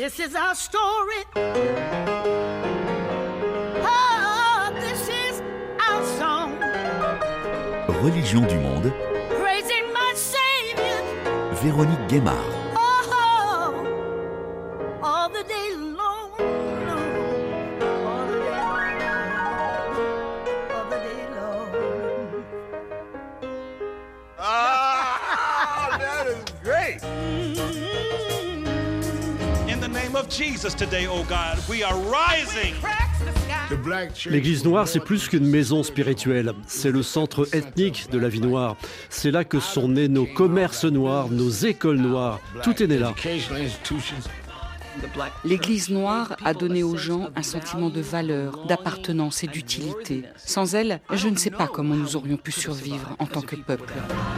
This is our story. Oh, this is our song. Religion du monde, Praising my Savior. Véronique Guémard. Oh, all the day long. All the day long. All the day long. Oh, that is great. In the name of Jesus today, oh God, we are rising. L'Église noire, c'est plus qu'une maison spirituelle. C'est le centre ethnique de la vie noire. C'est là que sont nés nos commerces noirs, nos écoles noires. Tout est né là. L'Église noire a donné aux gens un sentiment de valeur, d'appartenance et d'utilité. Sans elle, je ne sais pas comment nous aurions pu survivre en tant que peuple.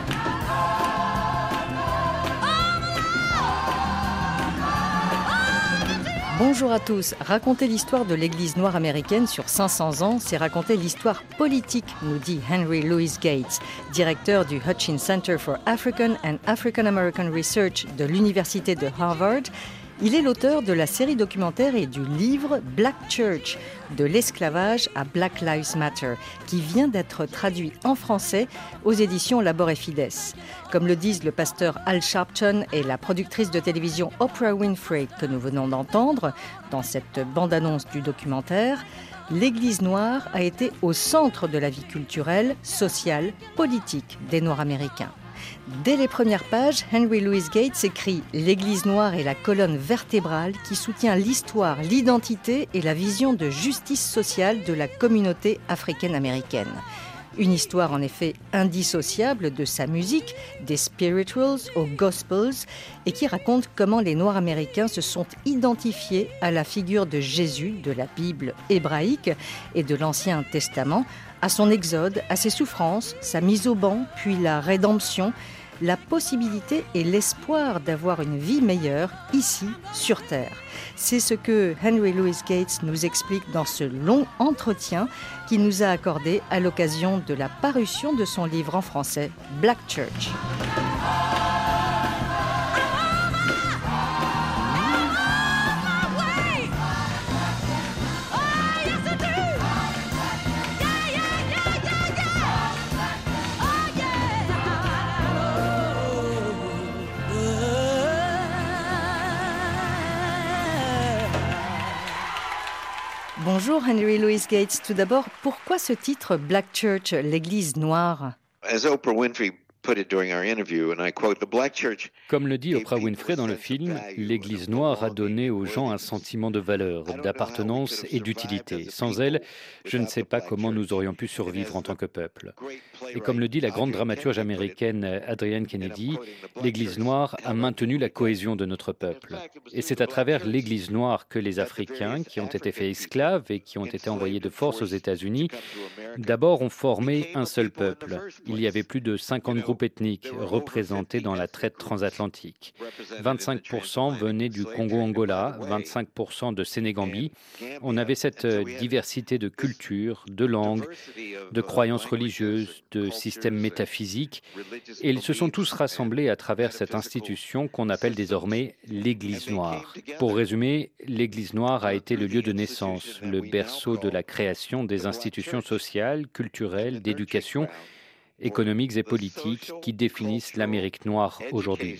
Bonjour à tous. Raconter l'histoire de l'Église noire américaine sur 500 ans, c'est raconter l'histoire politique, nous dit Henry Louis Gates, directeur du Hutchins Center for African and African American Research de l'Université de Harvard. Il est l'auteur de la série documentaire et du livre Black Church, de l'esclavage à Black Lives Matter, qui vient d'être traduit en français aux éditions Labor et Fides. Comme le disent le pasteur Al Sharpton et la productrice de télévision Oprah Winfrey que nous venons d'entendre dans cette bande-annonce du documentaire, l'Église noire a été au centre de la vie culturelle, sociale, politique des Noirs américains. Dès les premières pages, Henry Louis Gates écrit « L'Église noire est la colonne vertébrale qui soutient l'histoire, l'identité et la vision de justice sociale de la communauté africaine-américaine. » Une histoire en effet indissociable de sa musique, des spirituals aux gospels, et qui raconte comment les Noirs américains se sont identifiés à la figure de Jésus, de la Bible hébraïque et de l'Ancien Testament, à son exode, à ses souffrances, sa mise au banc, puis la rédemption, la possibilité et l'espoir d'avoir une vie meilleure ici, sur Terre. C'est ce que Henry Louis Gates nous explique dans ce long entretien qu'il nous a accordé à l'occasion de la parution de son livre en français, Black Church. Bonjour Henry Louis Gates. Tout d'abord, pourquoi ce titre Black Church, l'Église noire? As Oprah Winfrey put it during our interview, and I quote, the Black Church. Comme le dit Oprah Winfrey dans le film, l'Église noire a donné aux gens un sentiment de valeur, d'appartenance et d'utilité. Sans elle, je ne sais pas comment nous aurions pu survivre en tant que peuple. Et comme le dit la grande dramaturge américaine Adrienne Kennedy, l'Église noire a maintenu la cohésion de notre peuple. Et c'est à travers l'Église noire que les Africains, qui ont été faits esclaves et qui ont été envoyés de force aux États-Unis, d'abord ont formé un seul peuple. Il y avait plus de 50 groupes ethniques représentés dans la traite transatlantique. 25% venaient du Congo-Angola, 25% de Sénégambie. On avait cette diversité de cultures, de langues, de croyances religieuses, de systèmes métaphysiques. Et ils se sont tous rassemblés à travers cette institution qu'on appelle désormais l'Église noire. Pour résumer, l'Église noire a été le lieu de naissance, le berceau de la création des institutions sociales, culturelles, d'éducation, économiques et politiques qui définissent l'Amérique noire aujourd'hui.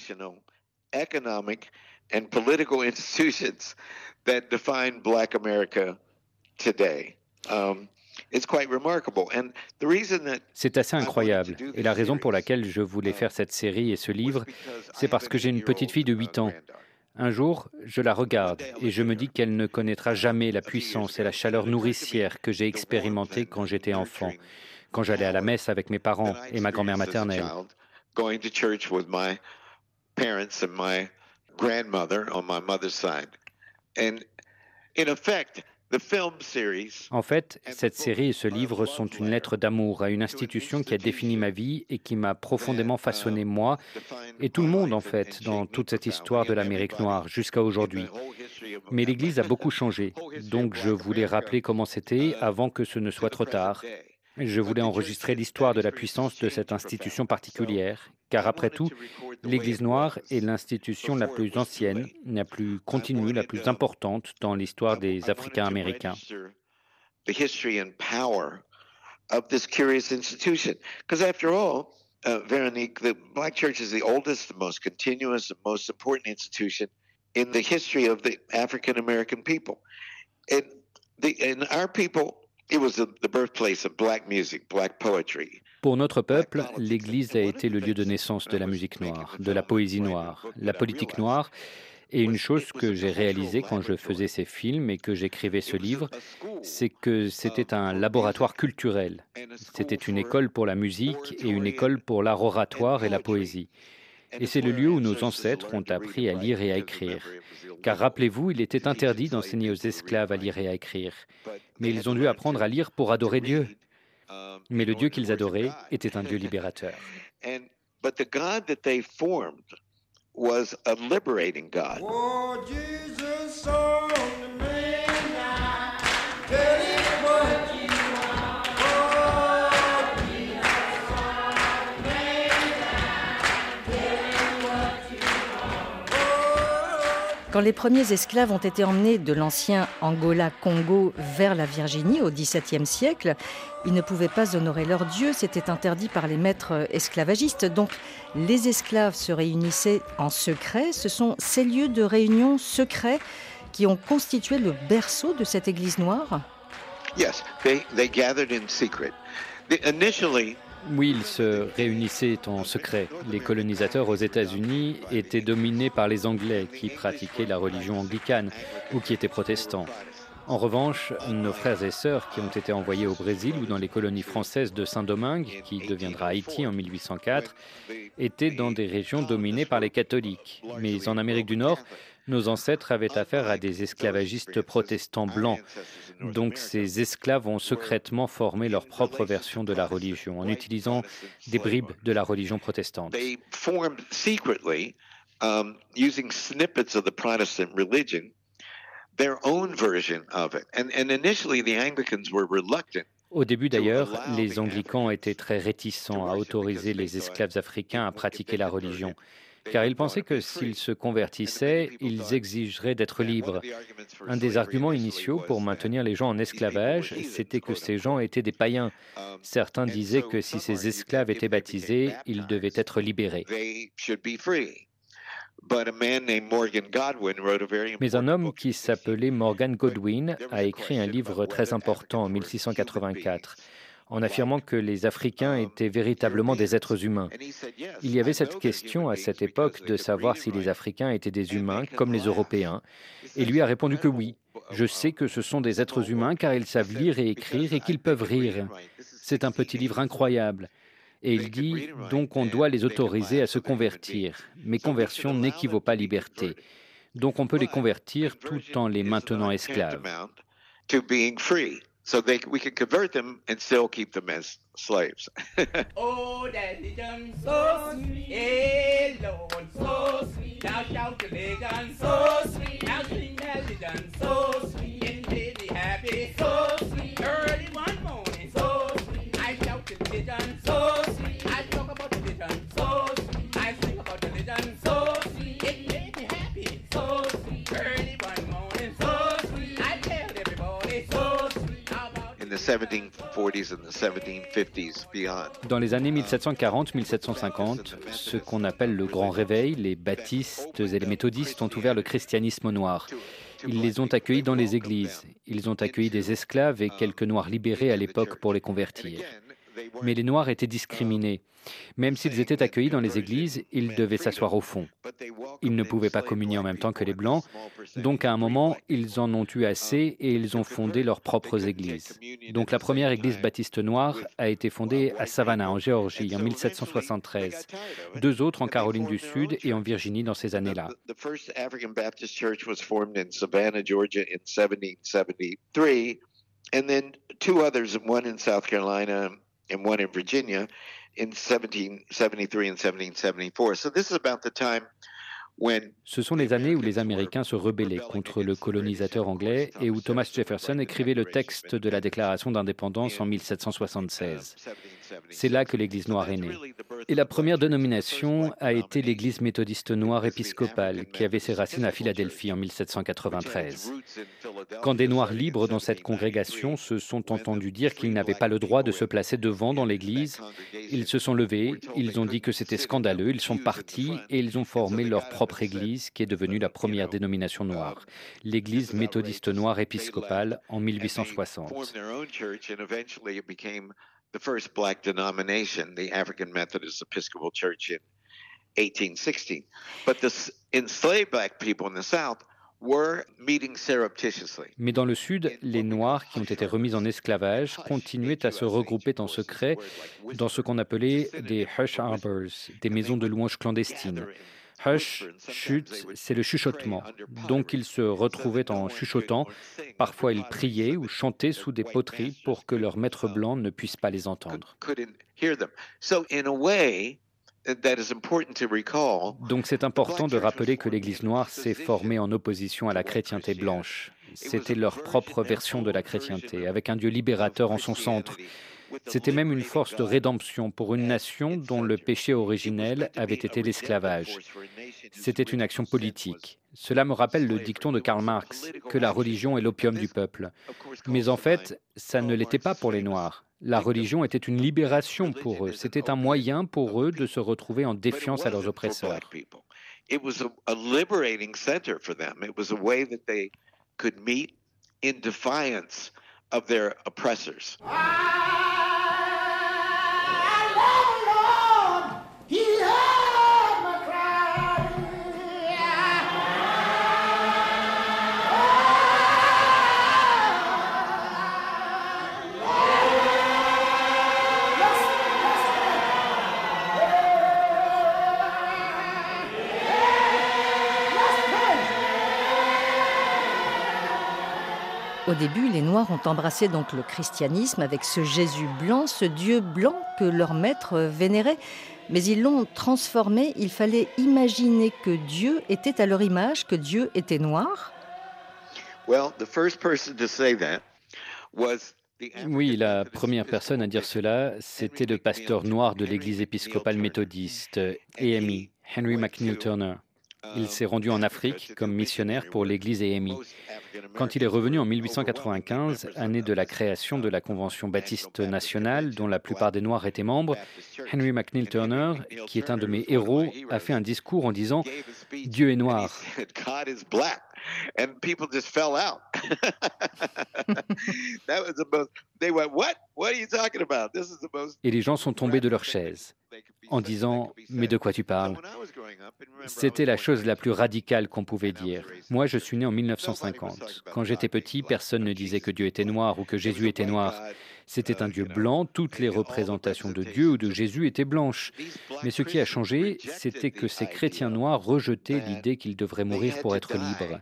Economic and political institutions that define Black America today. It's quite remarkable. And the reason that C'est assez incroyable. Et la raison pour laquelle je voulais faire cette série et ce livre, c'est parce que j'ai une petite fille de 8 ans. Un jour, je la regarde et je me dis qu'elle ne connaîtra jamais la puissance et la chaleur nourricière que j'ai expérimentées quand j'étais enfant, quand j'allais à la messe avec mes parents et ma grand-mère maternelle. Going to church with my parents and my grandmother on my mother's side. And in effect, the film series. En fait, cette série et ce livre sont une lettre d'amour à une institution qui a défini ma vie et qui m'a profondément façonné moi et tout le monde en fait dans toute cette histoire de l'Amérique noire jusqu'à aujourd'hui. Mais l'Église a beaucoup changé, donc je voulais rappeler comment c'était avant que ce ne soit trop tard. Je voulais enregistrer l'histoire de la puissance de cette institution particulière, car après tout, l'Église noire est l'institution la plus ancienne, la plus continue, la plus importante dans l'histoire des Africains-Américains. Of this curious institution. Because after all, Veronique, the Black Church is the oldest, the most continuous, the most important institution in the history of the African American people. And our people, it was the birthplace of black music, black poetry. Pour notre peuple, l'Église a été le lieu de naissance de la musique noire, de la poésie noire, la politique noire. Et une chose que j'ai réalisée quand je faisais ces films et que j'écrivais ce livre, c'est que c'était un laboratoire culturel. C'était une école pour la musique et une école pour l'art oratoire et la poésie. Et c'est le lieu où nos ancêtres ont appris à lire et à écrire. Car rappelez-vous, il était interdit d'enseigner aux esclaves à lire et à écrire. Mais ils ont dû apprendre à lire pour adorer Dieu. Mais le Dieu qu'ils adoraient était un Dieu libérateur. Was a liberating God. Oh, Jesus on the midnight, tell him what you want. Oh, Jesus on the midnight, tell him what you want. Quand les premiers esclaves ont été emmenés de l'ancien Angola-Congo vers la Virginie au XVIIe siècle, ils ne pouvaient pas honorer leur Dieu, c'était interdit par les maîtres esclavagistes. Donc les esclaves se réunissaient en secret. Ce sont ces lieux de réunion secrets qui ont constitué le berceau de cette église noire. Yes, they gathered in secret. Initially, oui, ils se réunissaient en secret. Les colonisateurs aux États-Unis étaient dominés par les Anglais qui pratiquaient la religion anglicane ou qui étaient protestants. En revanche, nos frères et sœurs qui ont été envoyés au Brésil ou dans les colonies françaises de Saint-Domingue, qui deviendra Haïti en 1804, étaient dans des régions dominées par les catholiques. Mais en Amérique du Nord, nos ancêtres avaient affaire à des esclavagistes protestants blancs. Donc ces esclaves ont secrètement formé leur propre version de la religion en utilisant des bribes de la religion protestante. They formed secretly, using snippets of the Protestant religion, their own version of it. And initially the Anglicans were reluctant. Au début d'ailleurs, les anglicans étaient très réticents à autoriser les esclaves africains à pratiquer la religion, car ils pensaient que s'ils se convertissaient, ils exigeraient d'être libres. Un des arguments initiaux pour maintenir les gens en esclavage, c'était que ces gens étaient des païens. Certains disaient que si ces esclaves étaient baptisés, ils devaient être libérés. Mais un homme qui s'appelait Morgan Godwin a écrit un livre très important en 1684, en affirmant que les Africains étaient véritablement des êtres humains. Il y avait cette question à cette époque de savoir si les Africains étaient des humains comme les Européens, et lui a répondu que oui. Je sais que ce sont des êtres humains car ils savent lire et écrire et qu'ils peuvent rire. C'est un petit livre incroyable. Et il dit, donc on doit les autoriser à se convertir. Mais conversion n'équivaut pas à liberté. Donc on peut les convertir tout en les maintenant esclaves. So we can convert them and still keep them as slaves. Oh, daddy done so sweet, hey Lord, so sweet. Thou shout religion, so sweet. Thou sing religion, so sweet. And baby happy, so sweet. Early one morning, so sweet. I shout religion, so sweet. I talk about religion, so sweet. I sing about religion, so sweet. It made me happy, so sweet. Early one morning, so sweet. I tell everybody, so sweet. Dans les années 1740-1750, ce qu'on appelle le Grand Réveil, les baptistes et les méthodistes ont ouvert le christianisme aux Noirs. Ils les ont accueillis dans les églises. Ils ont accueilli des esclaves et quelques Noirs libérés à l'époque pour les convertir. Mais les Noirs étaient discriminés. Même s'ils étaient accueillis dans les églises, ils devaient s'asseoir au fond. Ils ne pouvaient pas communier en même temps que les Blancs, donc à un moment, ils en ont eu assez et ils ont fondé leurs propres églises. Donc la première église baptiste noire a été fondée à Savannah, en Géorgie, en 1773. Deux autres en Caroline du Sud et en Virginie dans ces années-là. The first African Baptist church was formed in Savannah, Georgia in 1773, and then two others, one in South Carolina and one in Virginia, in 1773 and 1774. So this is about the time Ce sont les années où les Américains se rebellaient contre le colonisateur anglais et où Thomas Jefferson écrivait le texte de la Déclaration d'indépendance en 1776. C'est là que l'Église noire est née. Et la première dénomination a été l'Église méthodiste noire épiscopale, qui avait ses racines à Philadelphie en 1793. Quand des Noirs libres dans cette congrégation se sont entendus dire qu'ils n'avaient pas le droit de se placer devant dans l'Église, ils se sont levés, ils ont dit que c'était scandaleux, ils sont partis et ils ont formé leur propre Église, qui est devenue la première dénomination noire, l'Église méthodiste noire épiscopale en 1860. The first black denomination, the African Methodist Episcopal Church in 1816. But the enslaved black people in the South were meeting surreptitiously. Mais dans le Sud, les Noirs qui ont été remis en esclavage continuaient à se regrouper en secret dans ce qu'on appelait des hush harbors, des maisons de louanges clandestines. Hush, chute, c'est le chuchotement. Donc ils se retrouvaient en chuchotant. Parfois ils priaient ou chantaient sous des poteries pour que leurs maîtres blancs ne puissent pas les entendre. Donc c'est important de rappeler que l'Église noire s'est formée en opposition à la chrétienté blanche. C'était leur propre version de la chrétienté, avec un Dieu libérateur en son centre. C'était même une force de rédemption pour une nation dont le péché originel avait été l'esclavage. C'était une action politique. Cela me rappelle le dicton de Karl Marx, que la religion est l'opium du peuple. Mais en fait, ça ne l'était pas pour les Noirs. La religion était une libération pour eux. C'était un moyen pour eux de se retrouver en défiance à leurs oppresseurs. It was a liberating center for them. It was a way that they could meet in defiance of their oppressors. Au début, les Noirs ont embrassé donc le christianisme avec ce Jésus blanc, ce Dieu blanc que leurs maîtres vénéraient. Mais ils l'ont transformé. Il fallait imaginer que Dieu était à leur image, que Dieu était noir. Oui, la première personne à dire cela, c'était le pasteur noir de l'Église épiscopale méthodiste, AME, Henry McNeil Turner. Il s'est rendu en Afrique comme missionnaire pour l'Église AME. Quand il est revenu en 1895, année de la création de la Convention baptiste nationale, dont la plupart des Noirs étaient membres, Henry McNeil Turner, qui est un de mes héros, a fait un discours en disant « Dieu est noir ». And people just fell out. That was the most. They went, "What? What are you talking about? This is the most." Et les gens sont tombés de leur chaise en disant « Mais de quoi tu parles ?» C'était la chose la plus radicale qu'on pouvait dire. Moi, je suis né en 1950. Quand j'étais petit, personne ne disait que Dieu était noir ou que Jésus était noir. C'était un Dieu blanc, toutes les représentations de Dieu ou de Jésus étaient blanches. Mais ce qui a changé, c'était que ces chrétiens noirs rejetaient l'idée qu'ils devraient mourir pour être libres.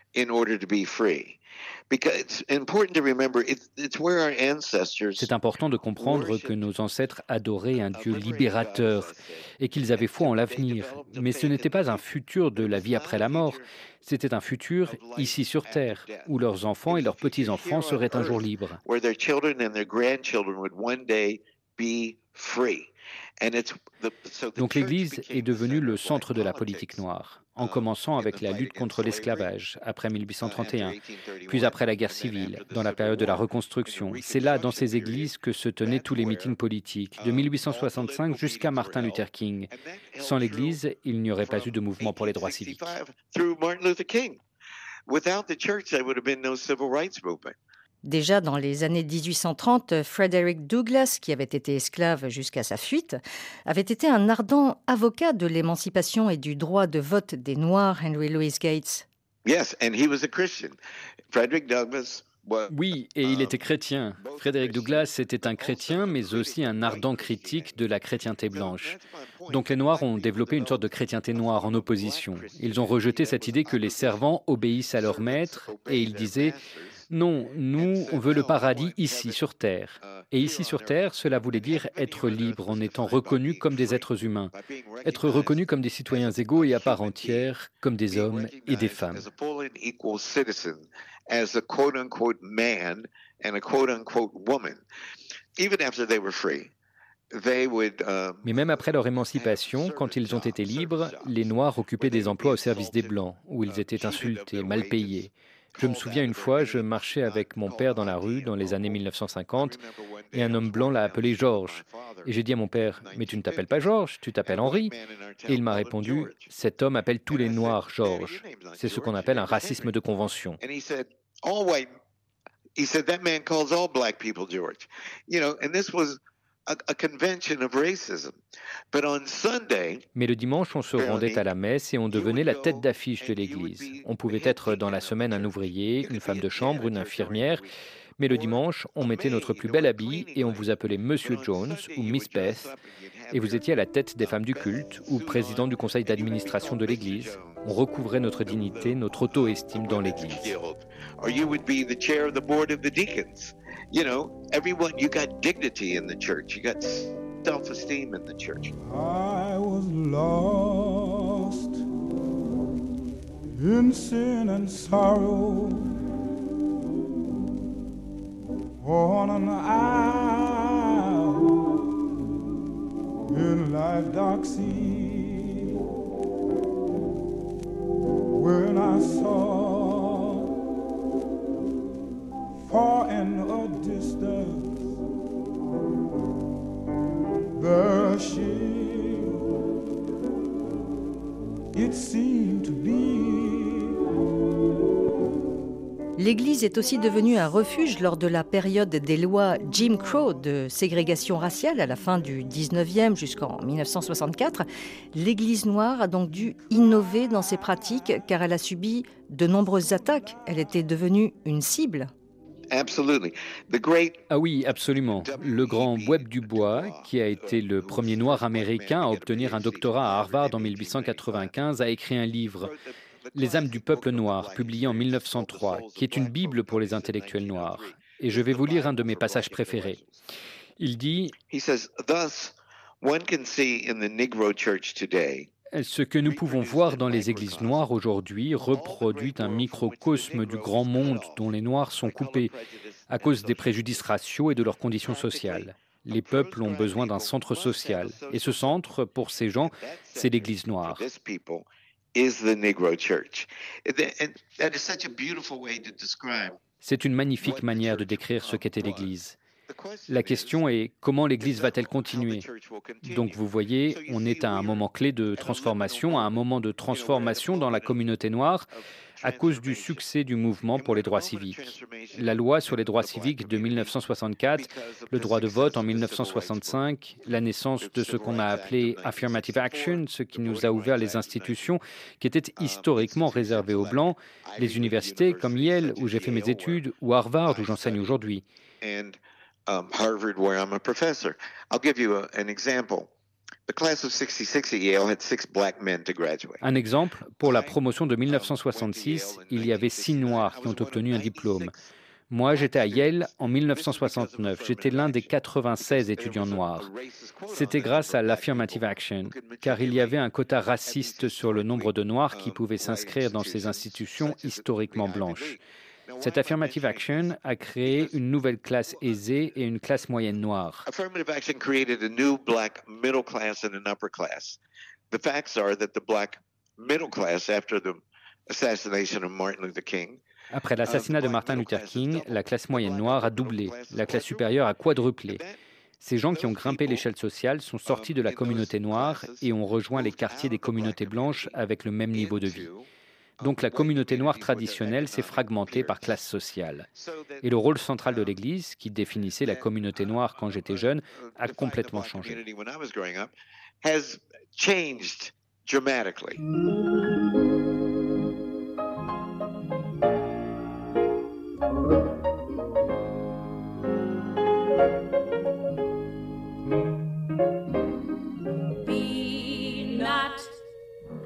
C'est important de comprendre que nos ancêtres adoraient un Dieu libérateur et qu'ils avaient foi en l'avenir. Mais ce n'était pas un futur de la vie après la mort, c'était un futur ici sur Terre, où leurs enfants et leurs petits-enfants seraient un jour libres. Donc l'Église est devenue le centre de la politique noire, en commençant avec la lutte contre l'esclavage, après 1831, puis après la guerre civile, dans la période de la Reconstruction. C'est là, dans ces églises, que se tenaient tous les meetings politiques, de 1865 jusqu'à Martin Luther King. Sans l'Église, il n'y aurait pas eu de mouvement pour les droits civiques. Déjà dans les années 1830, Frederick Douglass, qui avait été esclave jusqu'à sa fuite, avait été un ardent avocat de l'émancipation et du droit de vote des Noirs, Henry Louis Gates. Oui, et il était chrétien. Frederick Douglass était un chrétien, mais aussi un ardent critique de la chrétienté blanche. Donc les Noirs ont développé une sorte de chrétienté noire en opposition. Ils ont rejeté cette idée que les servants obéissent à leurs maîtres, et ils disaient Non, nous, on veut le paradis ici, sur Terre. Et ici, sur Terre, cela voulait dire être libre en étant reconnu comme des êtres humains, être reconnu comme des citoyens égaux et à part entière, comme des hommes et des femmes. Mais même après leur émancipation, quand ils ont été libres, les Noirs occupaient des emplois au service des Blancs, où ils étaient insultés, mal payés. Je me souviens une fois, je marchais avec mon père dans la rue dans les années 1950 et un homme blanc l'a appelé George. Et j'ai dit à mon père, « Mais tu ne t'appelles pas George, tu t'appelles Henry ». Et il m'a répondu, « Cet homme appelle tous les Noirs George ». C'est ce qu'on appelle un racisme de convention. Mais le dimanche, on se rendait à la messe et on devenait la tête d'affiche de l'église. On pouvait être dans la semaine un ouvrier, une femme de chambre, une infirmière. Mais le dimanche, on mettait notre plus bel habit et on vous appelait Monsieur Jones ou Miss Beth. Et vous étiez à la tête des femmes du culte ou président du conseil d'administration de l'église. On recouvrait notre dignité, notre auto-estime dans l'église. You know, everyone, you got dignity in the church. You got self-esteem in the church. I was lost in sin and sorrow on an isle in life's dark sea when I saw far in a distance the ship it seemed to be. L'Église est aussi devenue un refuge lors de la période des lois Jim Crow de ségrégation raciale à la fin du 19e jusqu'en 1964. L'Église noire a donc dû innover dans ses pratiques car elle a subi de nombreuses attaques. Elle était devenue une cible. Ah oui, absolument. Le grand Webb Dubois, qui a été le premier noir américain à obtenir un doctorat à Harvard en 1895, a écrit un livre, Les âmes du peuple noir, publié en 1903, qui est une bible pour les intellectuels noirs. Et je vais vous lire un de mes passages préférés. Il dit « Ce que nous pouvons voir dans les églises noires aujourd'hui reproduit un microcosme du grand monde dont les Noirs sont coupés à cause des préjudices raciaux et de leurs conditions sociales. Les peuples ont besoin d'un centre social. Et ce centre, pour ces gens, c'est l'église noire. » C'est une magnifique manière de décrire ce qu'était l'Église. La question est comment l'Église va-t-elle continuer? Donc vous voyez, on est à un moment clé de transformation, à un moment de transformation dans la communauté noire à cause du succès du mouvement pour les droits civiques. La loi sur les droits civiques de 1964, le droit de vote en 1965, la naissance de ce qu'on a appelé Affirmative Action, ce qui nous a ouvert les institutions qui étaient historiquement réservées aux Blancs, les universités comme Yale, où j'ai fait mes études, ou Harvard, où j'enseigne aujourd'hui. Harvard, where I'm a professor. I'll give you an example. The class of 66 at Yale had 6 black men to graduate. Un exemple, pour la promotion de 1966, il y avait 6 Noirs qui ont obtenu un diplôme. Moi, j'étais à Yale en 1969. J'étais l'un des 96 étudiants noirs. C'était grâce à l'Affirmative Action, car il y avait un quota raciste sur le nombre de Noirs qui pouvaient s'inscrire dans ces institutions historiquement blanches. Cette Affirmative Action a créé une nouvelle classe aisée et une classe moyenne noire. Affirmative Action created a new black middle class and an upper class. The facts are that the black middle class, after the assassination of Martin Luther King, après l'assassinat de Martin Luther King, la classe moyenne noire a doublé, la classe supérieure a quadruplé. Ces gens qui ont grimpé l'échelle sociale sont sortis de la communauté noire et ont rejoint les quartiers des communautés blanches avec le même niveau de vie. Donc la communauté noire traditionnelle s'est fragmentée par classe sociale. Et le rôle central de l'Église, qui définissait la communauté noire quand j'étais jeune, a complètement changé. Be not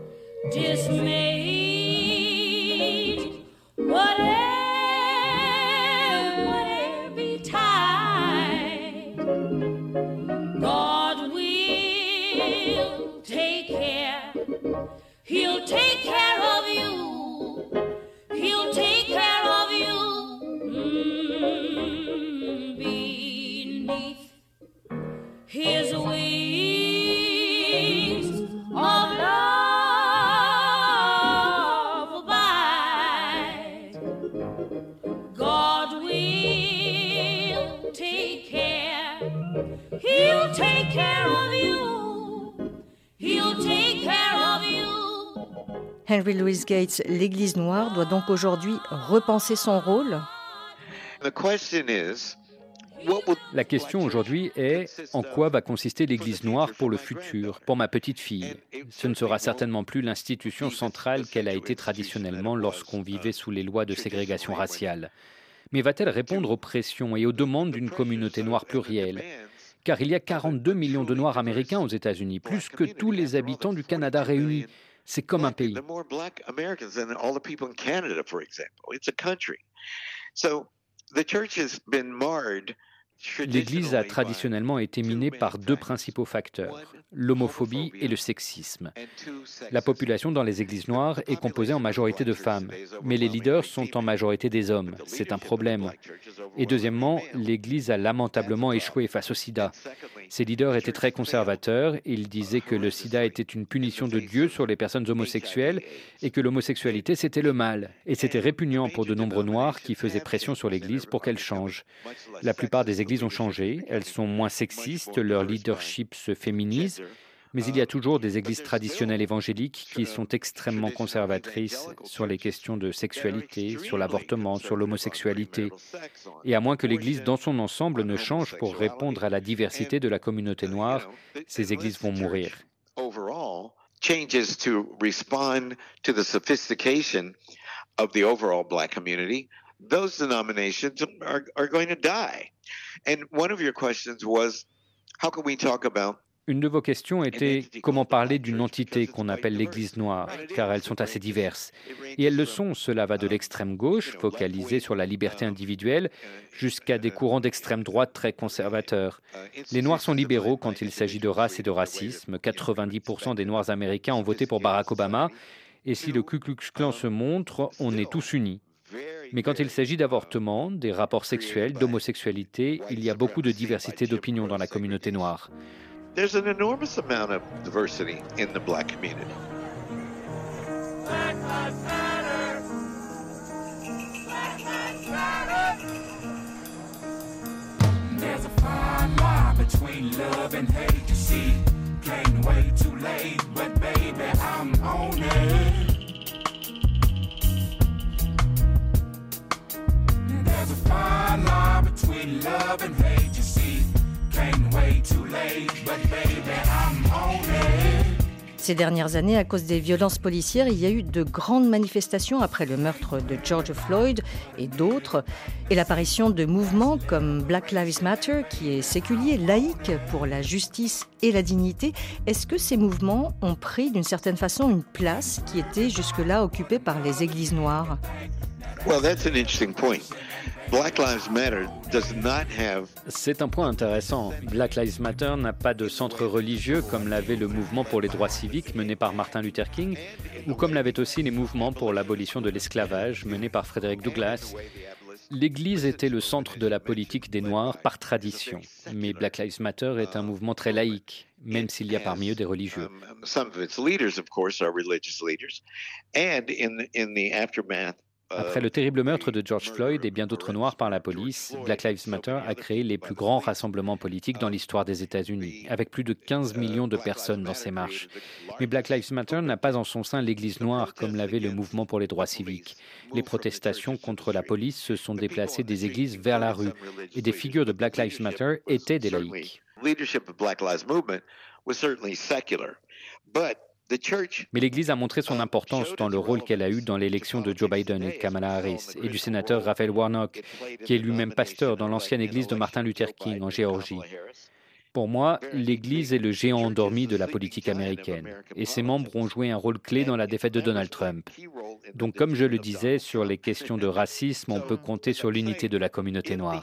dismayed. Whatever He'll take care of you. He'll take care of you. Henry Louis Gates, l'Église noire doit donc aujourd'hui repenser son rôle. La question aujourd'hui est en quoi va consister l'Église noire pour le futur, pour ma petite fille. Ce ne sera certainement plus l'institution centrale qu'elle a été traditionnellement lorsqu'on vivait sous les lois de ségrégation raciale. Mais va-t-elle répondre aux pressions et aux demandes d'une communauté noire plurielle ? Car il y a 42 millions de Noirs américains aux États-Unis, plus que tous les habitants du Canada réunis. C'est comme un pays. L'Église a traditionnellement été minée par deux principaux facteurs, l'homophobie et le sexisme. La population dans les églises noires est composée en majorité de femmes, mais les leaders sont en majorité des hommes. C'est un problème. Et deuxièmement, l'Église a lamentablement échoué face au sida. Ses leaders étaient très conservateurs. Ils disaient que le sida était une punition de Dieu sur les personnes homosexuelles et que l'homosexualité, c'était le mal. Et c'était répugnant pour de nombreux Noirs qui faisaient pression sur l'Église pour qu'elle change. La plupart des églises ont changé, elles sont moins sexistes, leur leadership se féminise, mais il y a toujours des églises traditionnelles évangéliques qui sont extrêmement conservatrices sur les questions de sexualité, sur l'avortement, sur l'homosexualité. Et à moins que l'Église dans son ensemble ne change pour répondre à la diversité de la communauté noire, ces églises vont mourir. Changes to respond to the sophistication of the overall black community, those denominations are going to die. And one of your questions was, how can we talk about Une de vos questions était comment parler d'une entité qu'on appelle l'Église noire, car elles sont assez diverses. Et elles le sont, cela va de l'extrême gauche, focalisé sur la liberté individuelle, jusqu'à des courants d'extrême droite très conservateurs. Les Noirs sont libéraux quand il s'agit de race et de racisme. 90% des Noirs américains ont voté pour Barack Obama, et si le Ku Klux Klan se montre, on est tous unis. Mais quand il s'agit d'avortement, des rapports sexuels, d'homosexualité, il y a beaucoup de diversité d'opinions dans la communauté noire. There's an enormous amount of diversity in the black community. Black Lives Matter. Black Lives Matter. There's a fine line between love and hate. You see, came way too late, but baby, I'm on it. There's a fine line between love and hate. You see. Ces dernières années, à cause des violences policières, il y a eu de grandes manifestations après le meurtre de George Floyd et d'autres, et l'apparition de mouvements comme Black Lives Matter, qui est séculier, laïque pour la justice et la dignité. Est-ce que ces mouvements ont pris d'une certaine façon une place qui était jusque-là occupée par les églises noires ? Well, that's an interesting point. Black Lives Matter does not have... C'est un point intéressant. Black Lives Matter n'a pas de centre religieux comme l'avait le mouvement pour les droits civiques mené par Martin Luther King ou comme l'avaient aussi les mouvements pour l'abolition de l'esclavage menés par Frederick Douglass. L'Église était le centre de la politique des Noirs par tradition. Mais Black Lives Matter est un mouvement très laïque, même s'il y a parmi eux des religieux. Some of its leaders, of course, are religious leaders. And in the aftermath, après le terrible meurtre de George Floyd et bien d'autres Noirs par la police, Black Lives Matter a créé les plus grands rassemblements politiques dans l'histoire des États-Unis, avec plus de 15 millions de personnes dans ces marches. Mais Black Lives Matter n'a pas en son sein l'Église noire comme l'avait le mouvement pour les droits civiques. Les protestations contre la police se sont déplacées des églises vers la rue, et des figures de Black Lives Matter étaient des laïcs. Mais l'Église a montré son importance dans le rôle qu'elle a eu dans l'élection de Joe Biden et de Kamala Harris, et du sénateur Raphaël Warnock, qui est lui-même pasteur dans l'ancienne église de Martin Luther King en Géorgie. Pour moi, l'Église est le géant endormi de la politique américaine, et ses membres ont joué un rôle clé dans la défaite de Donald Trump. Donc, comme je le disais, sur les questions de racisme, on peut compter sur l'unité de la communauté noire.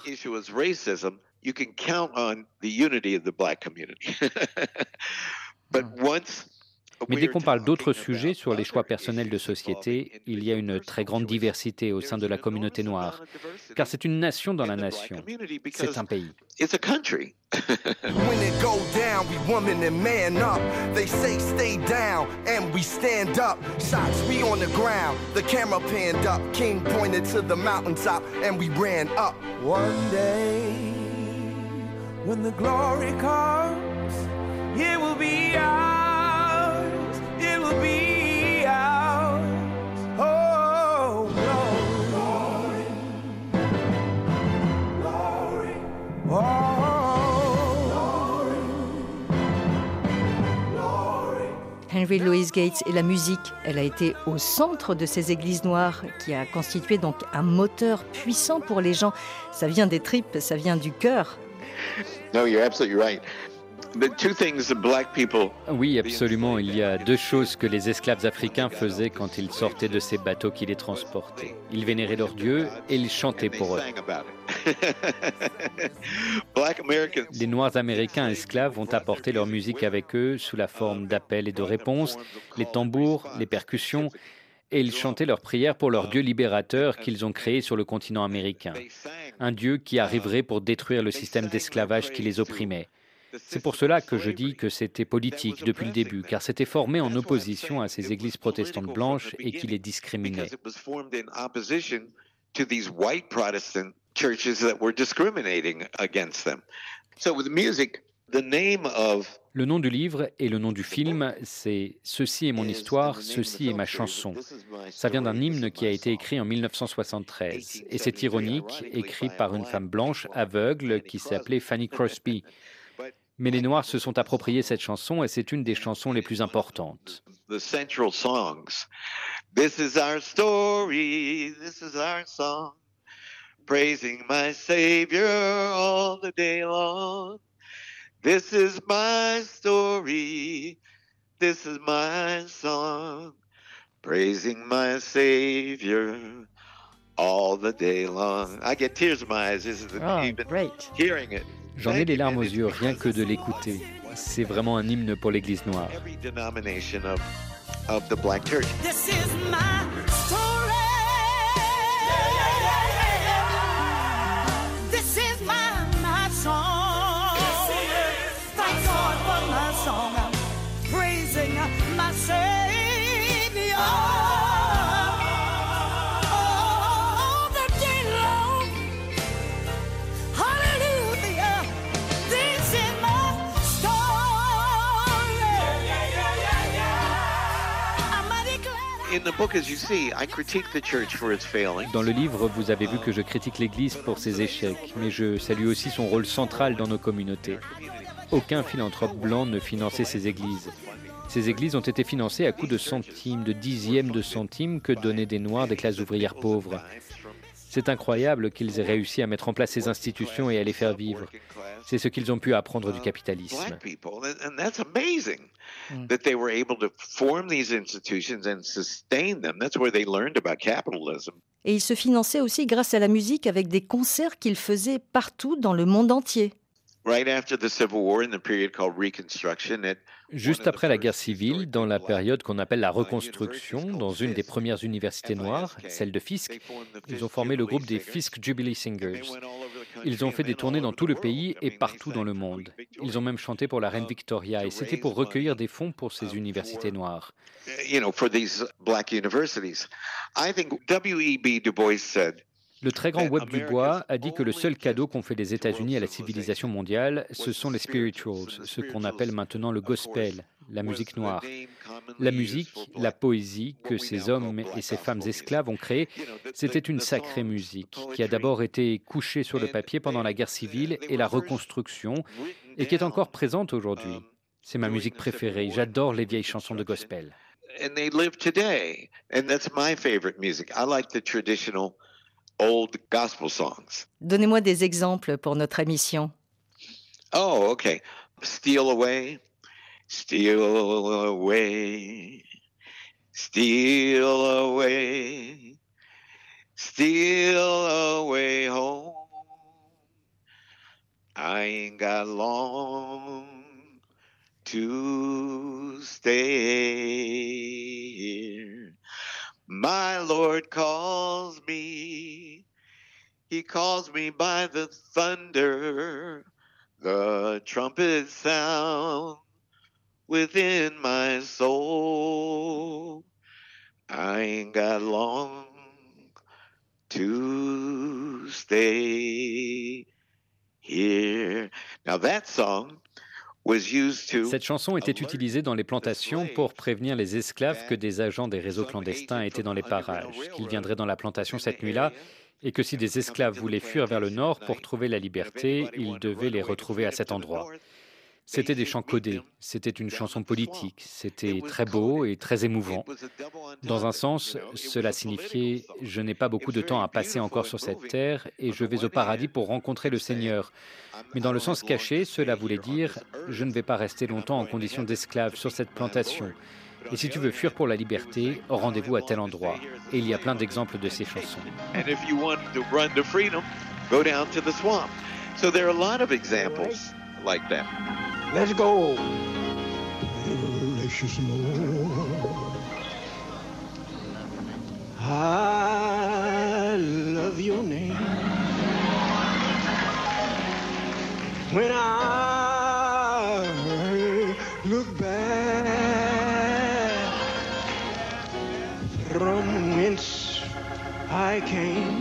Mais dès qu'on parle d'autres sujets sur les choix personnels de société, il y a une très grande diversité au sein de la communauté noire. Car c'est une nation dans la nation. C'est un pays. When it go down, we woman and man up. They say stay down, and we stand up. Shots, we on the ground. The camera panned up. King pointed to the mountaintop, and we ran up. One day When the glory comes, it will be ours. It will be ours. Oh, glory, glory, glory. Oh, glory, glory. Henry Louis Gates et la musique, elle a été au centre de ces églises noires qui a constitué donc un moteur puissant pour les gens. Ça vient des tripes, ça vient du cœur. No, you're absolutely right. The two things the black people... Oui, absolument. Il y a deux choses que les esclaves africains faisaient quand ils sortaient de ces bateaux qui les transportaient. Ils vénéraient leurs dieux et ils chantaient pour eux. Les Noirs américains esclaves ont apporté leur musique avec eux sous la forme d'appels et de réponses, les tambours, les percussions, et ils chantaient leurs prières pour leur Dieu libérateur qu'ils ont créé sur le continent américain. Un Dieu qui arriverait pour détruire le système d'esclavage qui les opprimait. C'est pour cela que je dis que c'était politique depuis le début, car c'était formé en opposition à ces églises protestantes blanches et qui les discriminaient. Le nom du livre et le nom du film, c'est « Ceci est mon histoire, ceci est ma chanson ». Ça vient d'un hymne qui a été écrit en 1973. Et c'est ironique, écrit par une femme blanche aveugle qui s'appelait Fanny Crosby. Mais les Noirs se sont appropriés cette chanson et c'est une des chansons les plus importantes. This is our story, this is our song, praising my Savior all the day long. This is my story, this is my song, praising my Savior all the day long. I get tears in my eyes just even hearing it. J'en ai les larmes aux yeux rien que de l'écouter. C'est vraiment un hymne pour l'Église noire. Of the black church. This is my story. This is my song. Thank God for my song. I'm praising my Savior all the day long. Hallelujah. This is my story. Dans le livre, vous avez vu que je critique l'Église pour ses échecs, mais je salue aussi son rôle central dans nos communautés. Aucun philanthrope blanc ne finançait ces églises. Ces églises ont été financées à coups de centimes, de dixièmes de centimes que donnaient des Noirs des classes ouvrières pauvres. C'est incroyable qu'ils aient réussi à mettre en place ces institutions et à les faire vivre. C'est ce qu'ils ont pu apprendre du capitalisme. That they were able to form these institutions and sustain them. That's where they learned about capitalism. Et il se finançait aussi grâce à la musique avec des concerts qu'il faisait partout dans le monde entier. Right after the Civil War, in the period called Reconstruction, Juste après la guerre civile, dans la période qu'on appelle la reconstruction, dans une des premières universités noires, celle de Fisk, ils ont formé le groupe des Fisk Jubilee Singers. Ils ont fait des tournées dans tout le pays et partout dans le monde. Ils ont même chanté pour la reine Victoria et c'était pour recueillir des fonds pour ces universités noires. For these black universities. I think W.E.B. Du Bois said, le très grand Webb Du Bois a dit que le seul cadeau qu'ont fait les États-Unis à la civilisation mondiale, ce sont les spirituals, ce qu'on appelle maintenant le gospel, la musique noire. La musique, la poésie que ces hommes et ces femmes esclaves ont créée, c'était une sacrée musique qui a d'abord été couchée sur le papier pendant la guerre civile et la reconstruction et qui est encore présente aujourd'hui. C'est ma musique préférée, j'adore les vieilles chansons de gospel. And they live today, and that's my favorite music. I like the traditional old gospel songs. Donnez-moi des exemples pour notre émission. Oh, okay. Steal away, steal away, steal away, steal away home. I ain't got long to stay here. My Lord calls me, He calls me by the thunder, the trumpet sound within my soul. I ain't got long to stay here. Now that song was used to Cette chanson était utilisée dans les plantations pour prévenir les esclaves que des agents des réseaux clandestins étaient dans les parages, qu'ils viendraient dans la plantation cette nuit-là, et que si des esclaves voulaient fuir vers le nord pour trouver la liberté, ils devaient les retrouver à cet endroit. C'était des chants codés, c'était une chanson politique, c'était très beau et très émouvant. Dans un sens, cela signifiait « Je n'ai pas beaucoup de temps à passer encore sur cette terre et je vais au paradis pour rencontrer le Seigneur ». Mais dans le sens caché, cela voulait dire « Je ne vais pas rester longtemps en condition d'esclave sur cette plantation ». Et si tu veux fuir pour la liberté, rendez-vous à tel endroit. Et il y a plein d'exemples de ces chansons. And if you want to run to freedom, go down to the swamp. So there are a lot of examples like that. Let's go. Gracious Lord, I love your name. When I look back from whence I came,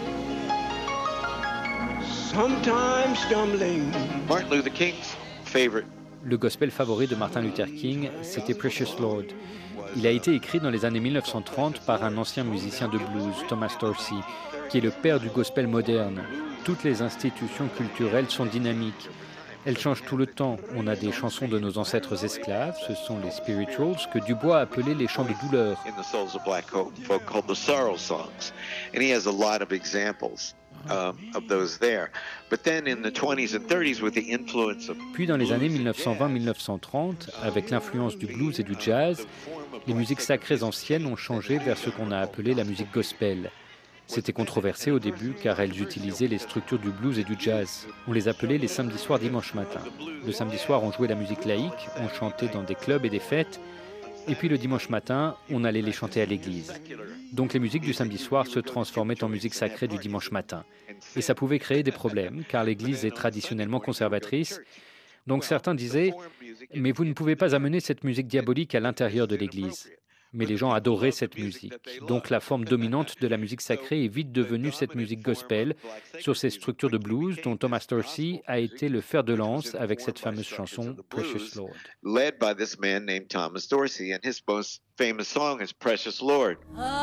sometimes stumbling. Martin Luther King's favorite. Le gospel favori de Martin Luther King, c'était Precious Lord. Il a été écrit dans les années 1930 par un ancien musicien de blues, Thomas Dorsey, qui est le père du gospel moderne. Toutes les institutions culturelles sont dynamiques. Elles changent tout le temps. On a des chansons de nos ancêtres esclaves, ce sont les spirituals, que Dubois appelait les chants de douleur. In the souls of black folk called the sorrow songs. And he has a lot of examples of those there. But then in the 20s and 30s with the influence of... Puis dans les années 1920-1930, avec l'influence du blues et du jazz, les musiques sacrées anciennes ont changé vers ce qu'on a appelé la musique gospel. C'était controversé au début car elles utilisaient les structures du blues et du jazz. On les appelait les samedis soirs, dimanche matin. Le samedi soir, on jouait la musique laïque, on chantait dans des clubs et des fêtes. Et puis le dimanche matin, on allait les chanter à l'église. Donc les musiques du samedi soir se transformaient en musique sacrée du dimanche matin. Et ça pouvait créer des problèmes, car l'église est traditionnellement conservatrice. Donc certains disaient « Mais vous ne pouvez pas amener cette musique diabolique à l'intérieur de l'église ». Mais les gens adoraient cette musique. Donc la forme dominante de la musique sacrée est vite devenue cette musique gospel sur ces structures de blues dont Thomas Dorsey a été le fer de lance avec cette fameuse chanson Precious Lord. Led by this man named Thomas Dorsey, and his most famous song is Precious Lord.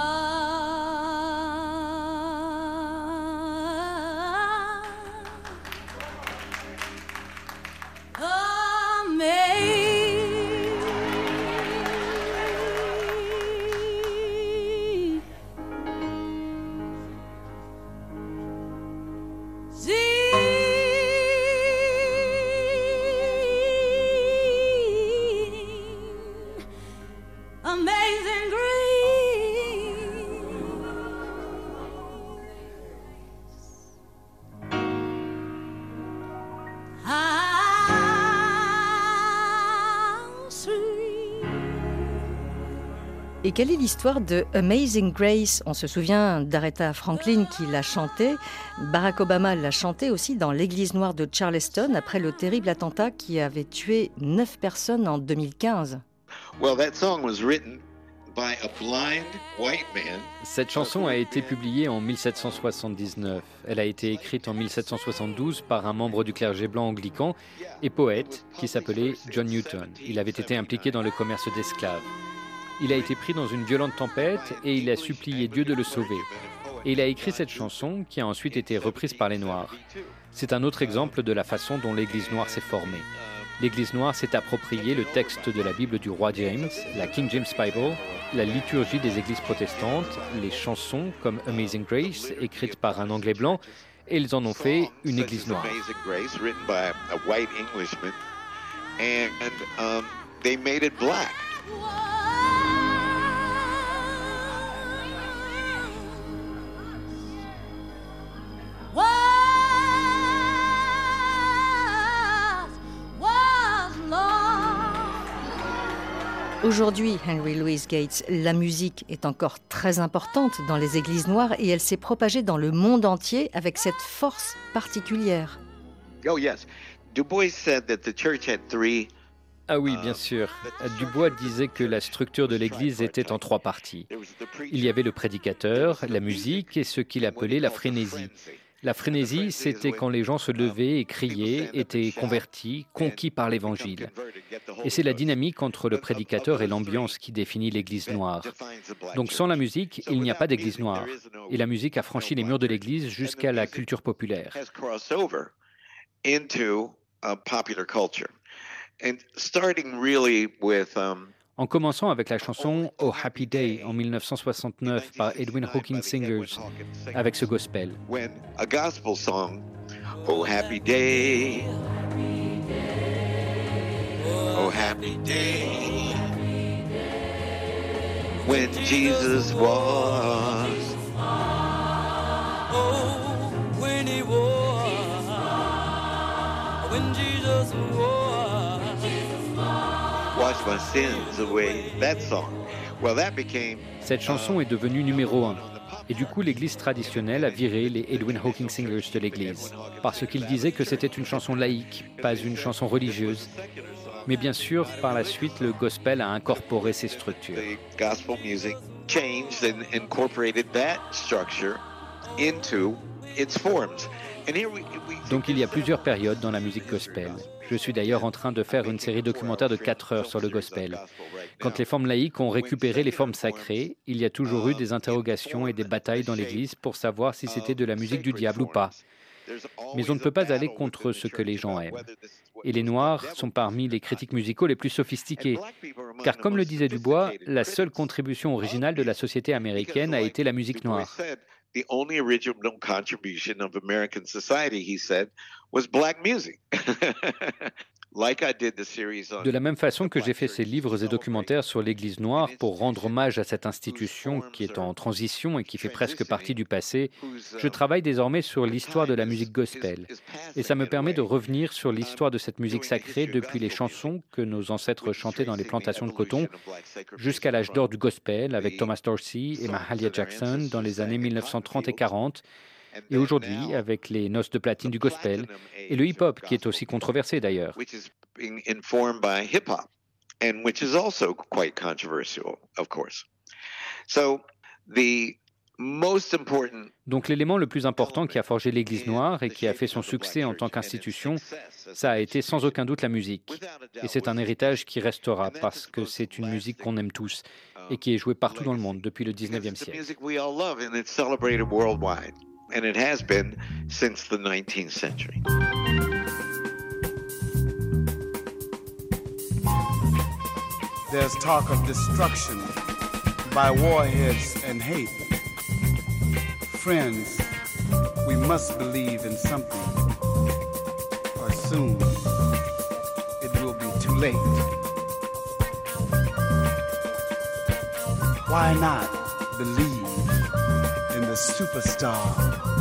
Amazing grace. Et quelle est l'histoire de Amazing Grace? On se souvient d'Aretha Franklin qui l'a chanté. Barack Obama l'a chanté aussi dans l'église noire de Charleston après le terrible attentat qui avait tué 9 personnes en 2015. Well, that song was written by a blind white man. Cette chanson a été publiée en 1779. Elle a été écrite en 1772 par un membre du clergé blanc anglican et poète qui s'appelait John Newton. Il avait été impliqué dans le commerce d'esclaves. Il a été pris dans une violente tempête et il a supplié Dieu de le sauver. Et il a écrit cette chanson qui a ensuite été reprise par les Noirs. C'est un autre exemple de la façon dont l'Église noire s'est formée. L'Église noire s'est approprié le texte de la Bible du roi James, la King James Bible, la liturgie des églises protestantes, les chansons comme Amazing Grace, écrites par un Anglais blanc, et ils en ont fait une Église noire. They made it black. Aujourd'hui, Henry Louis Gates, la musique est encore très importante dans les églises noires et elle s'est propagée dans le monde entier avec cette force particulière. Oh yes, Du Bois said that the church had three. Ah oui, bien sûr. Dubois disait que la structure de l'Église était en 3 parties. Il y avait le prédicateur, la musique et ce qu'il appelait la frénésie. La frénésie, c'était quand les gens se levaient et criaient, étaient convertis, conquis par l'Évangile. Et c'est la dynamique entre le prédicateur et l'ambiance qui définit l'Église noire. Donc sans la musique, il n'y a pas d'Église noire. Et la musique a franchi les murs de l'Église jusqu'à la culture populaire. En commençant avec la chanson « Oh Happy Day » en 1969 par Edwin Hawkins Singers, avec ce gospel. A gospel song, oh happy day, oh happy day, when Jesus was, Oh, when he was, when Jesus was, wash my sins away. That song. Well, that became. Cette chanson est devenue numéro 1. Et du coup, l'Église traditionnelle a viré les Edwin Hawkins Singers de l'Église, parce qu'ils disaient que c'était une chanson laïque, pas une chanson religieuse. Mais bien sûr, par la suite, le gospel a incorporé ces structures. The gospel music changed and incorporated that structure into its forms. And here we Donc il y a plusieurs périodes dans la musique gospel. Je suis d'ailleurs en train de faire une série documentaire de 4 heures sur le gospel. Quand les formes laïques ont récupéré les formes sacrées, il y a toujours eu des interrogations et des batailles dans l'Église pour savoir si c'était de la musique du diable ou pas. Mais on ne peut pas aller contre ce que les gens aiment. Et les Noirs sont parmi les critiques musicaux les plus sophistiqués. Car comme le disait Dubois, la seule contribution originale de la société américaine a été la musique noire. The only original contribution of American society, he said, was black music. Like I did the series on... De la même façon que j'ai fait ces livres et documentaires sur l'Église noire pour rendre hommage à cette institution qui est en transition et qui fait presque partie du passé, je travaille désormais sur l'histoire de la musique gospel. Et ça me permet de revenir sur l'histoire de cette musique sacrée depuis les chansons que nos ancêtres chantaient dans les plantations de coton jusqu'à l'âge d'or du gospel avec Thomas Dorsey et Mahalia Jackson dans les années 1930 et 40. Et aujourd'hui, avec les noces de platine du gospel et le hip-hop, qui est aussi controversé d'ailleurs. Which is being informed by hip-hop, and which is also quite controversial, of course. So, the most important... Donc l'élément le plus important qui a forgé l'Église noire et qui a fait son succès en tant qu'institution, ça a été sans aucun doute la musique. Et c'est un héritage qui restera parce que c'est une musique qu'on aime tous et qui est jouée partout dans le monde depuis le 19e siècle. And it has been since the 19th century. There's talk of destruction by warheads and hate. Friends, we must believe in something, or soon it will be too late. Why not believe in the superstar?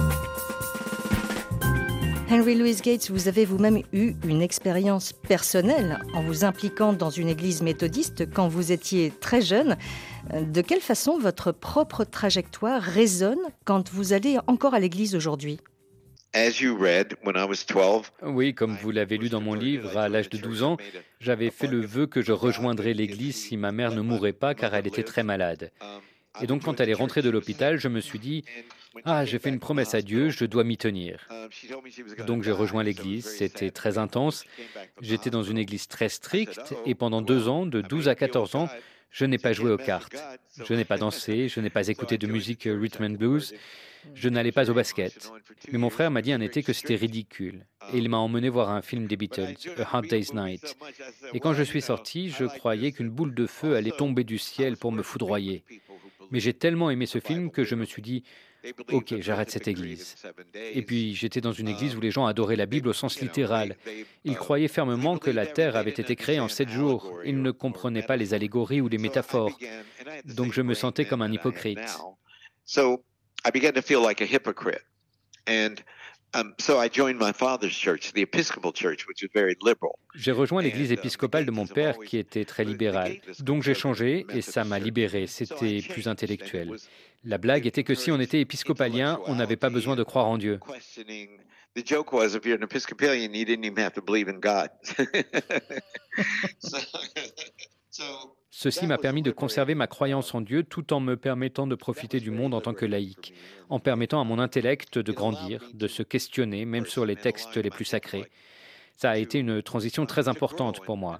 Henry Louis Gates, vous avez vous-même eu une expérience personnelle en vous impliquant dans une église méthodiste quand vous étiez très jeune. De quelle façon votre propre trajectoire résonne quand vous allez encore à l'église aujourd'hui ? Oui, comme vous l'avez lu dans mon livre, à l'âge de 12 ans, j'avais fait le vœu que je rejoindrais l'église si ma mère ne mourait pas car elle était très malade. Et donc quand elle est rentrée de l'hôpital, je me suis dit « Ah, j'ai fait une promesse à Dieu, je dois m'y tenir ». Donc j'ai rejoint l'église, c'était très intense. J'étais dans une église très stricte et pendant 2 ans, de 12 à 14 ans, je n'ai pas joué aux cartes. Je n'ai pas dansé, je n'ai pas écouté de musique rhythm and blues. Je n'allais pas au basket. Mais mon frère m'a dit un été que c'était ridicule. Et il m'a emmené voir un film des Beatles, A Hard Day's Night. Et quand je suis sorti, je croyais qu'une boule de feu allait tomber du ciel pour me foudroyer. Mais j'ai tellement aimé ce film que je me suis dit « Ok, j'arrête cette église ». Et puis j'étais dans une église où les gens adoraient la Bible au sens littéral. Ils croyaient fermement que la terre avait été créée en 7 jours. Ils ne comprenaient pas les allégories ou les métaphores. Donc je me sentais comme un hypocrite. I began to feel like a hypocrite. And so I joined my father's church, the Episcopal Church, which is very liberal. J'ai rejoint l'église épiscopale de mon père qui était très libérale. Donc j'ai changé et ça m'a libéré, c'était plus intellectuel. La blague était que si on était épiscopalien, on n'avait pas besoin de croire en Dieu. The joke was if you're an Episcopalian, you didn't even have to believe in God. Ceci m'a permis de conserver ma croyance en Dieu tout en me permettant de profiter du monde en tant que laïc, en permettant à mon intellect de grandir, de se questionner, même sur les textes les plus sacrés. Ça a été une transition très importante pour moi.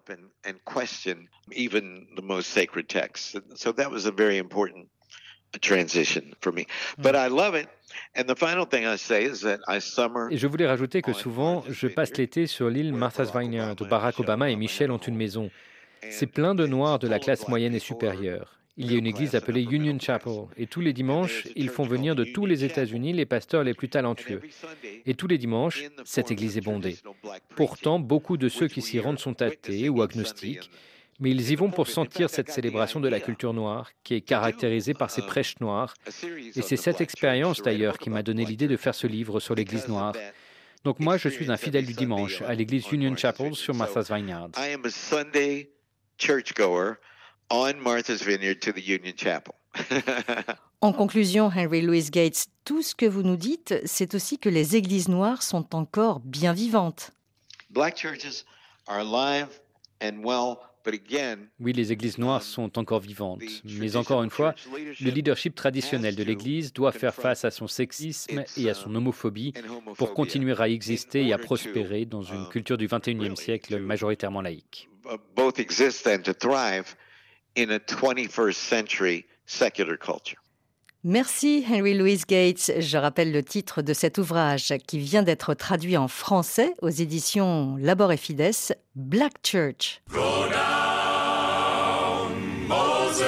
Et je voulais rajouter que souvent, je passe l'été sur l'île Martha's Vineyard, où Barack Obama et Michelle ont une maison. C'est plein de Noirs de la classe moyenne et supérieure. Il y a une église appelée Union Chapel, et tous les dimanches, ils font venir de tous les États-Unis les pasteurs les plus talentueux. Et tous les dimanches, cette église est bondée. Pourtant, beaucoup de ceux qui s'y rendent sont athées ou agnostiques, mais ils y vont pour sentir cette célébration de la culture noire, qui est caractérisée par ses prêches noirs. Et c'est cette expérience, d'ailleurs, qui m'a donné l'idée de faire ce livre sur l'église noire. Donc moi, je suis un fidèle du dimanche à l'église Union Chapel sur Martha's Vineyard. Churchgoer on Martha's Vineyard to the Union Chapel. En conclusion, Henry Louis Gates, tout ce que vous nous dites, c'est aussi que les églises noires sont encore bien vivantes. Black churches are alive and well, but again, oui, les églises noires sont encore vivantes, mais encore une fois, le leadership traditionnel de l'Église doit faire face à son sexisme et à son homophobie pour continuer à exister et à prospérer dans une culture du XXIe siècle majoritairement laïque. Both exist and to thrive in a 21st century secular culture. Merci Henry Louis Gates. Je rappelle le titre de cet ouvrage qui vient d'être traduit en français aux éditions Labor et Fides, Black Church. Go down, Moses,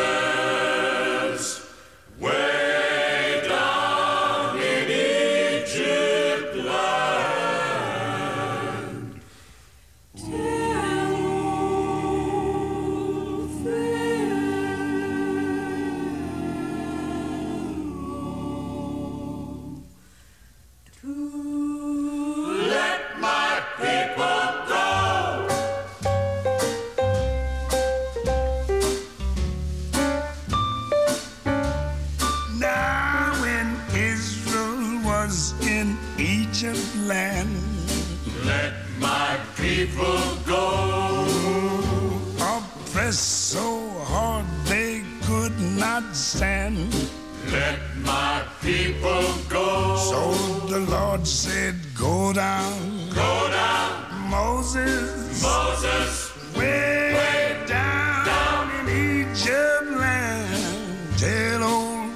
way down in Egypt land. Land. Let my people go. Oppressed so hard they could not stand. Let my people go. So the Lord said, go down. Go down. Moses. Moses. Way down in Egypt land. Tell old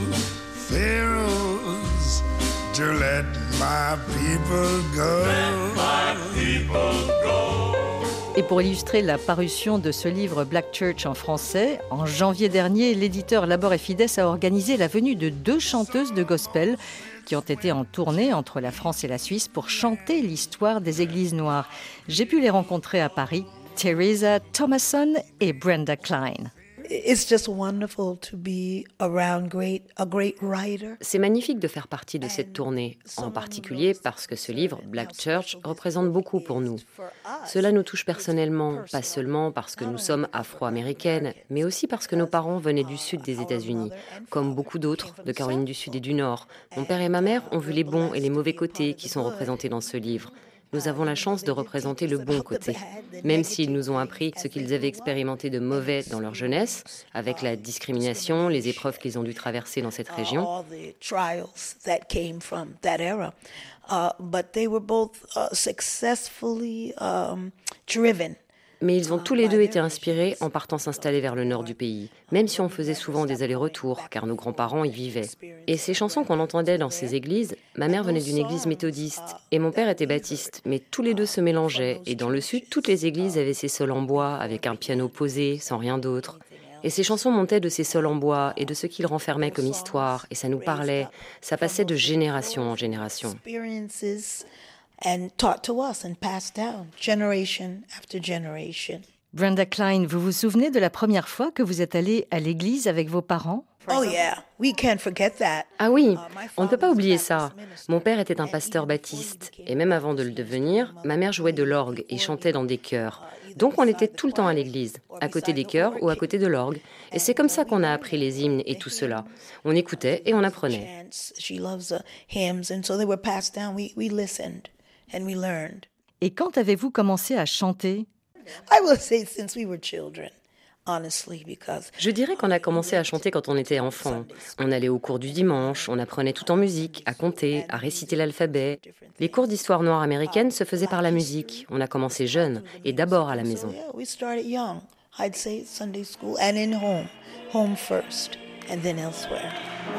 Pharaohs to let my people go. Let my people go. Et pour illustrer la parution de ce livre Black Church en français, en janvier dernier, l'éditeur Labor et Fides a organisé la venue de 2 chanteuses de gospel qui ont été en tournée entre la France et la Suisse pour chanter l'histoire des églises noires. J'ai pu les rencontrer à Paris, Teresa Thomason et Brenda Klein. C'est magnifique de faire partie de cette tournée, en particulier parce que ce livre, Black Church, représente beaucoup pour nous. Cela nous touche personnellement, pas seulement parce que nous sommes afro-américaines, mais aussi parce que nos parents venaient du sud des États-Unis, comme beaucoup d'autres, de Caroline du Sud et du Nord. Mon père et ma mère ont vu les bons et les mauvais côtés qui sont représentés dans ce livre. Nous avons la chance de représenter le bon côté. Même s'ils nous ont appris ce qu'ils avaient expérimenté de mauvais dans leur jeunesse, avec la discrimination, les épreuves qu'ils ont dû traverser dans cette région. Mais ils ont tous les deux été inspirés en partant s'installer vers le nord du pays, même si on faisait souvent des allers-retours, car nos grands-parents y vivaient. Et ces chansons qu'on entendait dans ces églises, ma mère venait d'une église méthodiste et mon père était baptiste, mais tous les deux se mélangeaient. Et dans le sud, toutes les églises avaient ces sols en bois, avec un piano posé, sans rien d'autre. Et ces chansons montaient de ces sols en bois et de ce qu'ils renfermaient comme histoire, et ça nous parlait, ça passait de génération en génération. And taught to us and passed down generation after generation. Brenda Klein, vous vous souvenez de la première fois que vous êtes allée à l'église avec vos parents? Oh yeah, we can't forget that. Ah oui, on ne peut pas oublier ça. Mon père était un pasteur baptiste et même avant de le devenir, ma mère jouait de l'orgue et chantait dans des chœurs. Donc on était tout le temps à l'église, à côté des chœurs ou à côté de l'orgue. Et c'est comme ça qu'on a appris les hymnes et tout cela. On écoutait et on apprenait. Et quand avez-vous commencé à chanter? I will say since we were children. Je dirais qu'on a commencé à chanter quand on était enfant. On allait aux cours du dimanche, on apprenait tout en musique, à compter, à réciter l'alphabet. Les cours d'histoire noire américaine se faisaient par la musique. On a commencé jeune, et d'abord à la maison. I'd say Sunday school and in home first, and then elsewhere.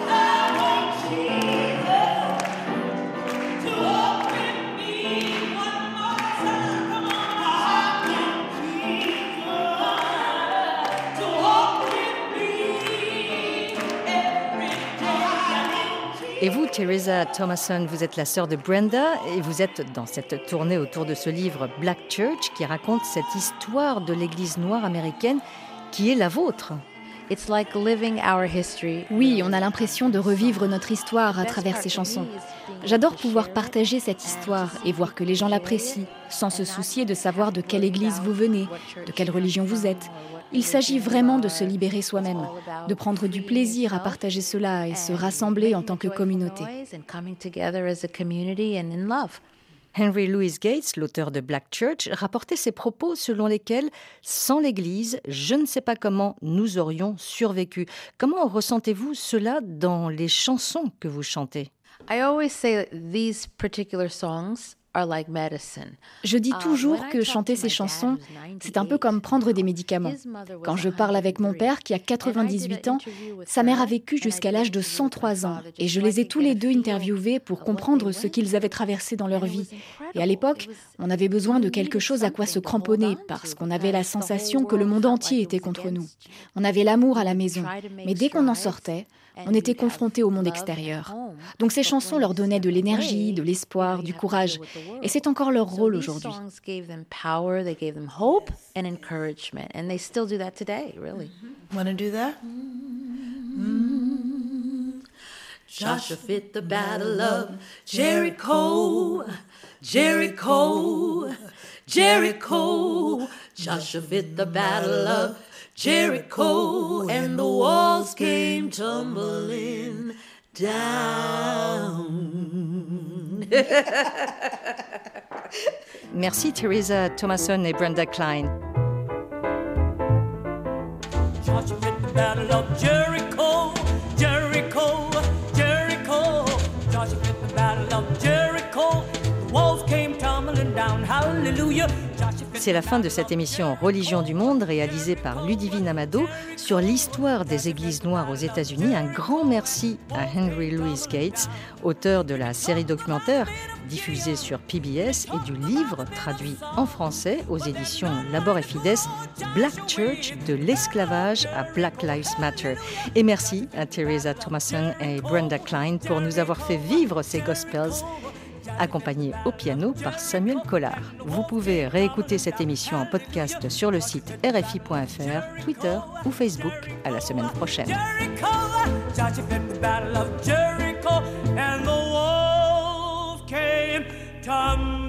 Et vous, Teresa Thomason, vous êtes la sœur de Brenda et vous êtes dans cette tournée autour de ce livre Black Church qui raconte cette histoire de l'église noire américaine qui est la vôtre. Oui, on a l'impression de revivre notre histoire à travers ces chansons. J'adore pouvoir partager cette histoire et voir que les gens l'apprécient, sans se soucier de savoir de quelle église vous venez, de quelle religion vous êtes. Il s'agit vraiment de se libérer soi-même, de prendre du plaisir à partager cela et se rassembler en tant que communauté. Henry Louis Gates, l'auteur de Black Church, rapportait ses propos selon lesquels, sans l'Église, je ne sais pas comment nous aurions survécu. Comment ressentez-vous cela dans les chansons que vous chantez? Je dis toujours que chanter ces chansons, c'est un peu comme prendre des médicaments. Quand je parle avec mon père, qui a 98 ans, sa mère a vécu jusqu'à l'âge de 103 ans. Et je les ai tous les deux interviewés pour comprendre ce qu'ils avaient traversé dans leur vie. Et à l'époque, on avait besoin de quelque chose à quoi se cramponner, parce qu'on avait la sensation que le monde entier était contre nous. On avait l'amour à la maison. Mais dès qu'on en sortait, on était confrontés au monde extérieur. Donc ces chansons leur donnaient de l'énergie, de l'espoir, du courage. Et c'est encore leur rôle aujourd'hui. Wanna do that? Joshua fit the battle of Jericho, Jericho, Jericho. Joshua fit the battle of Jericho, and the walls came tumbling down. Merci Teresa Thomason et Brenda Klein. Joshua fit the battle of Jericho, Jericho, Jericho. Joshua fit the battle of Jericho, the walls came tumbling down. Hallelujah. C'est la fin de cette émission Religion du monde réalisée par Ludivine Amado sur l'histoire des églises noires aux États-Unis. Un grand merci à Henry Louis Gates, auteur de la série documentaire diffusée sur PBS et du livre traduit en français aux éditions Labor et Fides, Black Church, de l'esclavage à Black Lives Matter. Et merci à Teresa Thomason et Brenda Klein pour nous avoir fait vivre ces gospels, accompagné au piano par Samuel Collard. Vous pouvez réécouter cette émission en podcast sur le site rfi.fr, Twitter ou Facebook. À la semaine prochaine. Jericho,